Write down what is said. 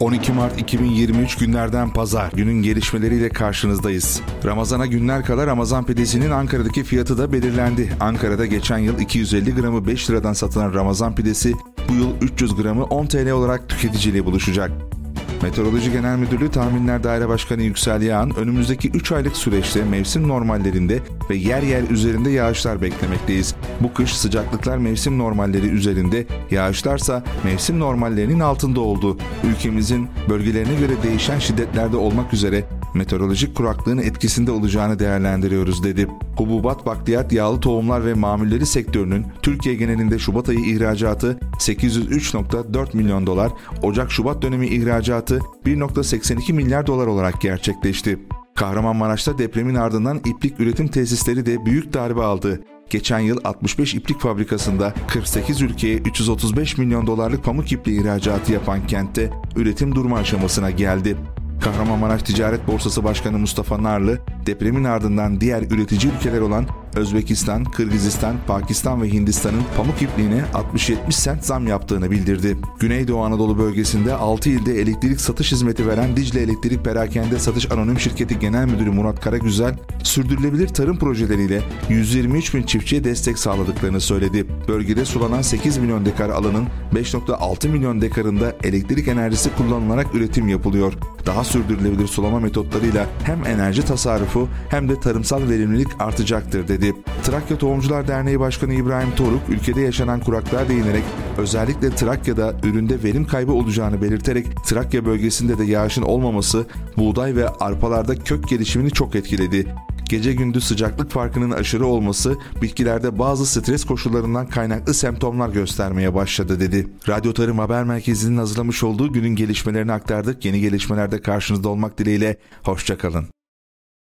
12 Mart 2023 günlerden pazar. Günün gelişmeleriyle karşınızdayız. Ramazana günler kala Ramazan pidesinin Ankara'daki fiyatı da belirlendi. Ankara'da geçen yıl 250 gramı 5 liradan satılan Ramazan pidesi bu yıl 300 gramı 10 TL olarak tüketiciyle buluşacak. Meteoroloji Genel Müdürlüğü Tahminler Daire Başkanı Yüksel Yağan, önümüzdeki 3 aylık süreçte mevsim normallerinde ve yer yer üzerinde yağışlar beklemekteyiz. Bu kış sıcaklıklar mevsim normalleri üzerinde, yağışlarsa mevsim normallerinin altında oldu. Ülkemizin bölgelerine göre değişen şiddetlerde olmak üzere meteorolojik kuraklığın etkisinde olacağını değerlendiriyoruz dedi. Hububat, bakliyat, yağlı tohumlar ve mamulleri sektörünün Türkiye genelinde Şubat ayı ihracatı 803.4 milyon dolar, Ocak-Şubat dönemi ihracatı 1.82 milyar dolar olarak gerçekleşti. Kahramanmaraş'ta depremin ardından iplik üretim tesisleri de büyük darbe aldı. Geçen yıl 65 iplik fabrikasında 48 ülkeye 335 milyon dolarlık pamuk ipliği ihracatı yapan kentte üretim durma aşamasına geldi. Kahramanmaraş Ticaret Borsası Başkanı Mustafa Narlı, depremin ardından diğer üretici ülkeler olan Özbekistan, Kırgızistan, Pakistan ve Hindistan'ın pamuk ipliğine 60-70 sent zam yaptığını bildirdi. Güneydoğu Anadolu bölgesinde 6 ilde elektrik satış hizmeti veren Dicle Elektrik Perakende Satış Anonim Şirketi Genel Müdürü Murat Karagüzel, sürdürülebilir tarım projeleriyle 123 bin çiftçiye destek sağladıklarını söyledi. Bölgede sulanan 8 milyon dekar alanın 5.6 milyon dekarında elektrik enerjisi kullanılarak üretim yapılıyor. Daha sürdürülebilir sulama metotlarıyla hem enerji tasarrufu hem de tarımsal verimlilik artacaktır dedi. Trakya Tohumcular Derneği Başkanı İbrahim Toruk, ülkede yaşanan kuraklığa değinerek özellikle Trakya'da üründe verim kaybı olacağını belirterek Trakya bölgesinde de yağışın olmaması buğday ve arpalarda kök gelişimini çok etkiledi. Gece gündüz sıcaklık farkının aşırı olması bitkilerde bazı stres koşullarından kaynaklı semptomlar göstermeye başladı dedi. Radyo Tarım Haber Merkezi'nin hazırlamış olduğu günün gelişmelerini aktardık. Yeni gelişmelerde karşınızda olmak dileğiyle. Hoşça kalın.